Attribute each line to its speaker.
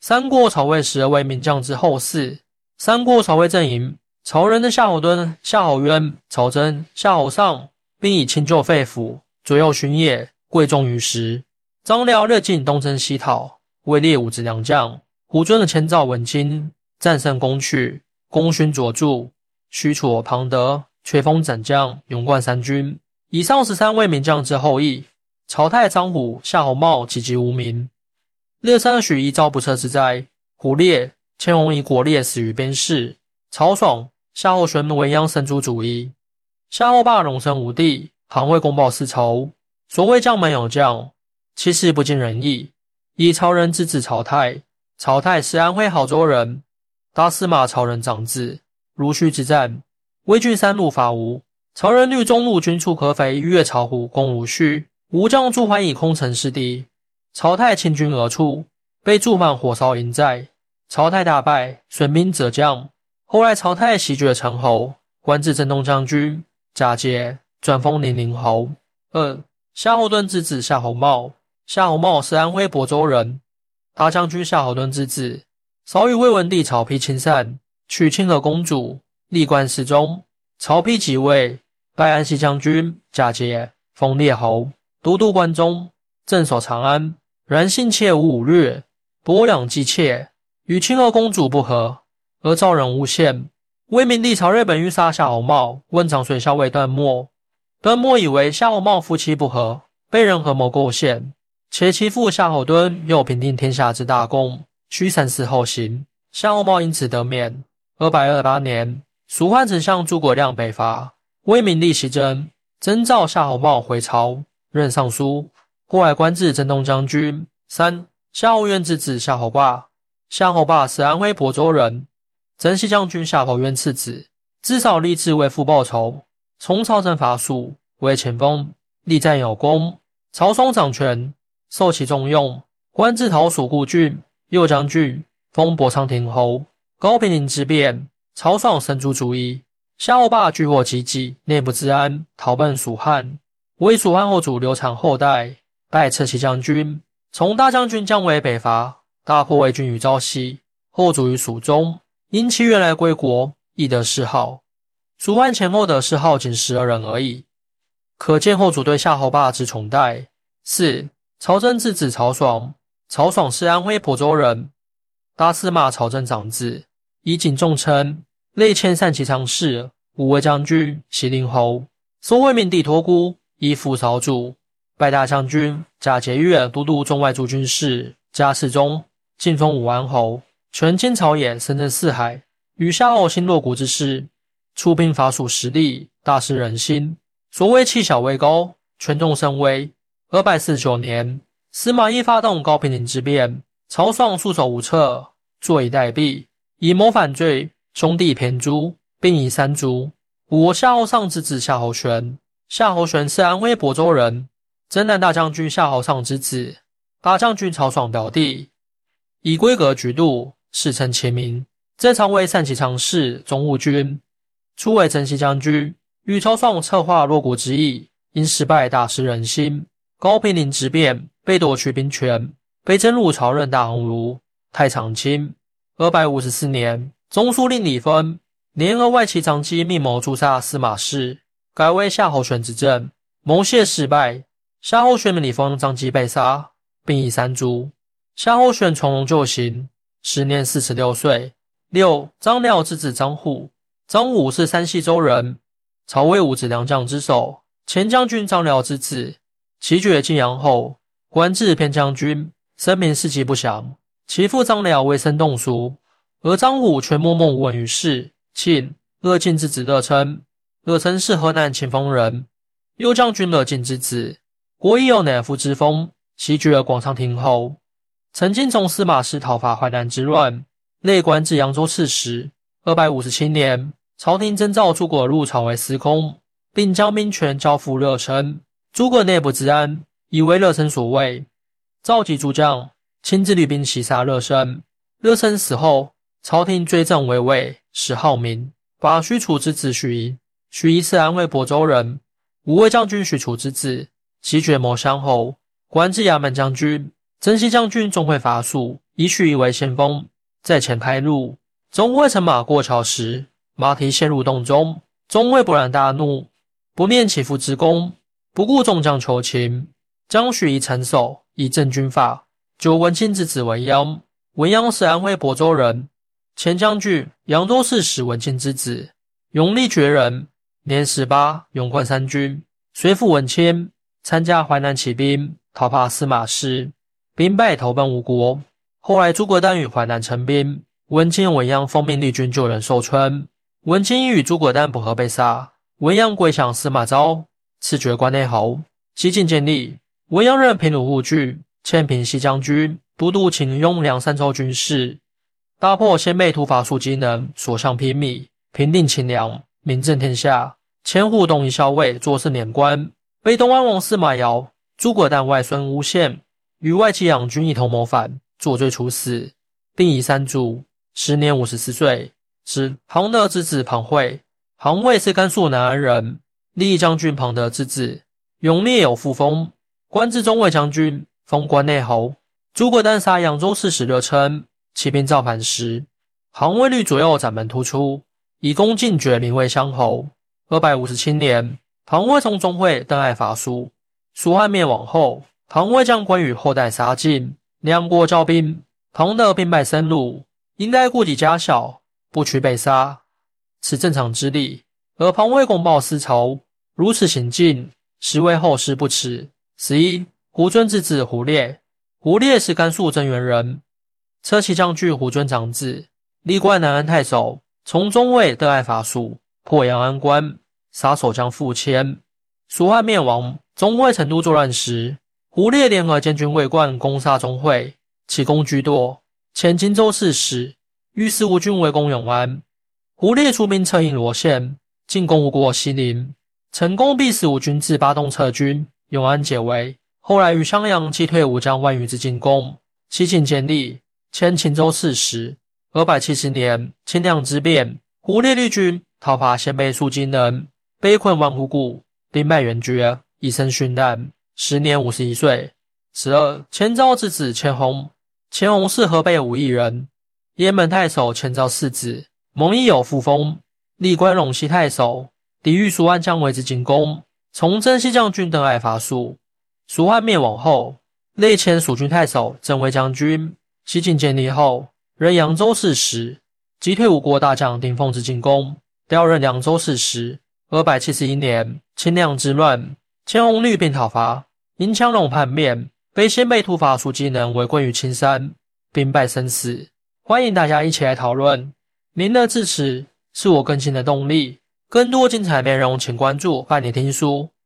Speaker 1: 三国曹魏12位名将之后嗣。三国曹魏阵营，曹仁的夏侯惇、夏侯渊、曹真、夏侯尚，并以清就肺腑，左右巡夜，贵重于时。张辽略尽东征西讨，位列五子良将。胡遵的千兆文金，战胜攻取，功勋卓著。许褚、庞德却封斩将，勇冠三军。以上13位名将之后裔，曹太、张虎、夏侯茂籍籍无名。乐山许一朝不测之灾，胡烈、千弘以果烈死于边事。曹爽、夏侯玄为鞅生诸主义。夏侯霸荣升武帝，行为公报私仇。所谓将门有将，其实不尽人意。以曹仁之子曹太，曹太是安徽亳州人，大司马曹仁长子。濡须之战，魏郡三路伐吴，曹仁率中路军出合肥，越巢湖，攻濡须。吴将朱桓以空城失敌，曹太倾军而出，被驻满火烧营寨。曹太大败，损兵折将。后来曹太袭爵成侯，官至镇东将军，假节转封零陵侯。夏侯惇之子夏侯茂，夏侯茂是安徽亳州人，大将军夏侯惇之子，早与魏文帝曹丕亲善，娶清河公主，历官侍中。曹丕即位，拜安西将军，假节封列侯，都督关中，镇守长安。然性窃无武略，博两姬妾，与清河公主不和，而遭人诬陷。魏明帝曹睿本欲杀夏侯茂，问长随校尉段默。段默以为夏侯茂夫妻不和，被人合谋构陷，且其父夏侯惇有平定天下之大功，需三思后行。夏侯茂因此得免。228年，蜀汉丞相诸葛亮北伐，魏明帝西征，征召夏侯茂回朝，任尚书，后来官至镇东将军。夏侯渊之子夏侯霸，夏侯霸是安徽亳州人，征西将军夏侯渊次子，自少立志为父报仇，从朝征伐蜀，为前锋，力战有功。曹爽掌权，受其重用，官至讨蜀固郡、右将军，封博昌亭侯。高平陵之变，曹爽生诸主意，夏侯霸举火击己，内部自安，逃奔蜀汉，为蜀汉后主刘禅后代，拜车骑将军，从大将军降为北伐，大破魏军于昭西，后主于蜀中，因其原来归国，亦得谥号。蜀汉前后的谥号仅12人而已，可见后主对夏侯霸之宠待。曹真之子曹爽，曹爽是安徽亳州人，大司马曹真长子，以警重称，累迁散骑常侍、武卫将军、西陵侯，收魏明帝托孤，依附少主，拜大将军，假节钺都督中外诸军事，加侍中，晋封武安侯，权倾朝野，声震四海。与夏侯兴落谷之事，出兵伐蜀实力，大失人心。所谓气小为高，权重甚微。249年，司马懿发动高平陵之变，曹爽束手无策，坐以待毙，以谋反罪，兄弟偏诛，并以3族。吴夏侯尚之子夏侯玄，夏侯玄是安徽亳州人，征南大将军夏侯尚之子，大将军曹爽表弟，以规格举度，世称其名。正常为散骑常侍、中务军，初为征西将军，与曹爽策划落谷之意，因失败大失人心。高平陵之变，被夺取兵权，被征入朝任大鸿胪、太常卿。254年，中书令李芬联合外戚张基密谋诛杀司马氏，改为夏侯玄之政，谋泄失败，夏侯玄、李芬、张基被杀，并以3族。夏侯玄从容就刑，时年46岁。张辽之子张虎，张虎是山西州人，曹魏五子良将之首，前将军张辽之子，其爵晋阳后，官至偏将军，生平事迹不详。其父张辽为生动书，而张虎却默默无闻于世。乐进之子乐称，乐称是河南秦丰人，右将军乐进之子，国亦有乃父之封，袭爵广昌亭侯，曾经从司马师讨伐淮南之乱，累官至扬州刺史。257年，朝廷征召诸葛入朝为司空，并将兵权交付乐称。诸葛内部自安，以为乐称所为，召集诸将，亲自率兵袭杀乐称。乐称死后，朝廷追赠为尉，谥浩明，把许褚之子许仪。许仪是安徽亳州人，武卫将军许褚之子，袭爵谋襄侯，官至衙门将军。征西将军终会伐蜀， 以许以为先锋，在前开路。钟会乘马过桥时，马蹄陷入洞中，钟会勃然大怒，不念其父之功，不顾众将求情，将许以城守，以正军法。救文钦之子文鸯，文鸯是安徽亳州人，前将军、扬州刺史文钦之子，永历绝人，年18，勇冠三军，随父文钦参加淮南起兵，讨伐司马氏，兵败投奔吴国。后来诸葛诞与淮南成兵，文钦、文鸯奉命立军救援寿春，文钦与诸葛诞不和被杀，文鸯归降司马昭，赐爵关内侯。西晋建立，文鸯任平鲁护军、迁平西将军，都督秦雍梁三州军事，大破先辈突伐术机能，所向披靡，平定秦梁，名震天下。迁护东夷校尉，做事年官，被东安王司马瑶、诸葛诞外孙诬陷，与外戚养军一同谋反，作罪处死，并以三族。时年54岁。是庞德之子庞会，庞会是甘肃南安人，历将军庞德之子，永烈有副封，官至中尉将军，封关内侯。诸葛诞杀扬州刺史乐称，起兵造反时，庞会率左右斩门突出，以功进爵，名为乡侯。257年，庞会从钟会登爱伐蜀，蜀汉灭亡后，庞会将关羽后代杀尽，两国交兵，庞德兵败深入，因待顾及家小，不屈被杀，此正常之理。而庞会公报私仇，如此行径，实为后世不耻。11. 胡遵之子胡烈，胡烈是甘肃镇原人，车骑将军胡遵长子，历官南安太守，从中尉登爱伐蜀，破阳安关，杀守将傅谦。蜀汉灭亡，钟会成都作乱时，胡烈联合监军魏冠攻杀钟会，其功居多，前荆州刺史，御史吴军围攻永安。胡烈出兵策应罗县，进攻吴国西陵，成功逼使吴军自巴东撤军，永安解围。后来于襄阳击退吴将万余之进攻。西晋建立，迁秦州刺史。270年，清凉之变，胡烈率军讨伐鲜卑肃金人，被困万户谷，兵败元绝，以身殉难，时年51岁。12. 千昭之子千弘，千弘是河北武邑人，雁门太守千昭四子，蒙毅有副封，历官陇西太守，抵御蜀汉姜维之进攻，从征西将军登爱伐蜀。蜀汉灭亡后，内迁蜀军太守、镇卫将军。西晋建立后，任扬州刺史，击退吴国大将丁奉之进攻，调任凉州刺史。271年，清凉之乱，千弘率兵讨伐，因羌戎叛变，被鲜卑突伐蜀机能围困于青山，兵败身死。欢迎大家一起来讨论，您的支持是我更新的动力。更多精彩内容，请关注伴你听书。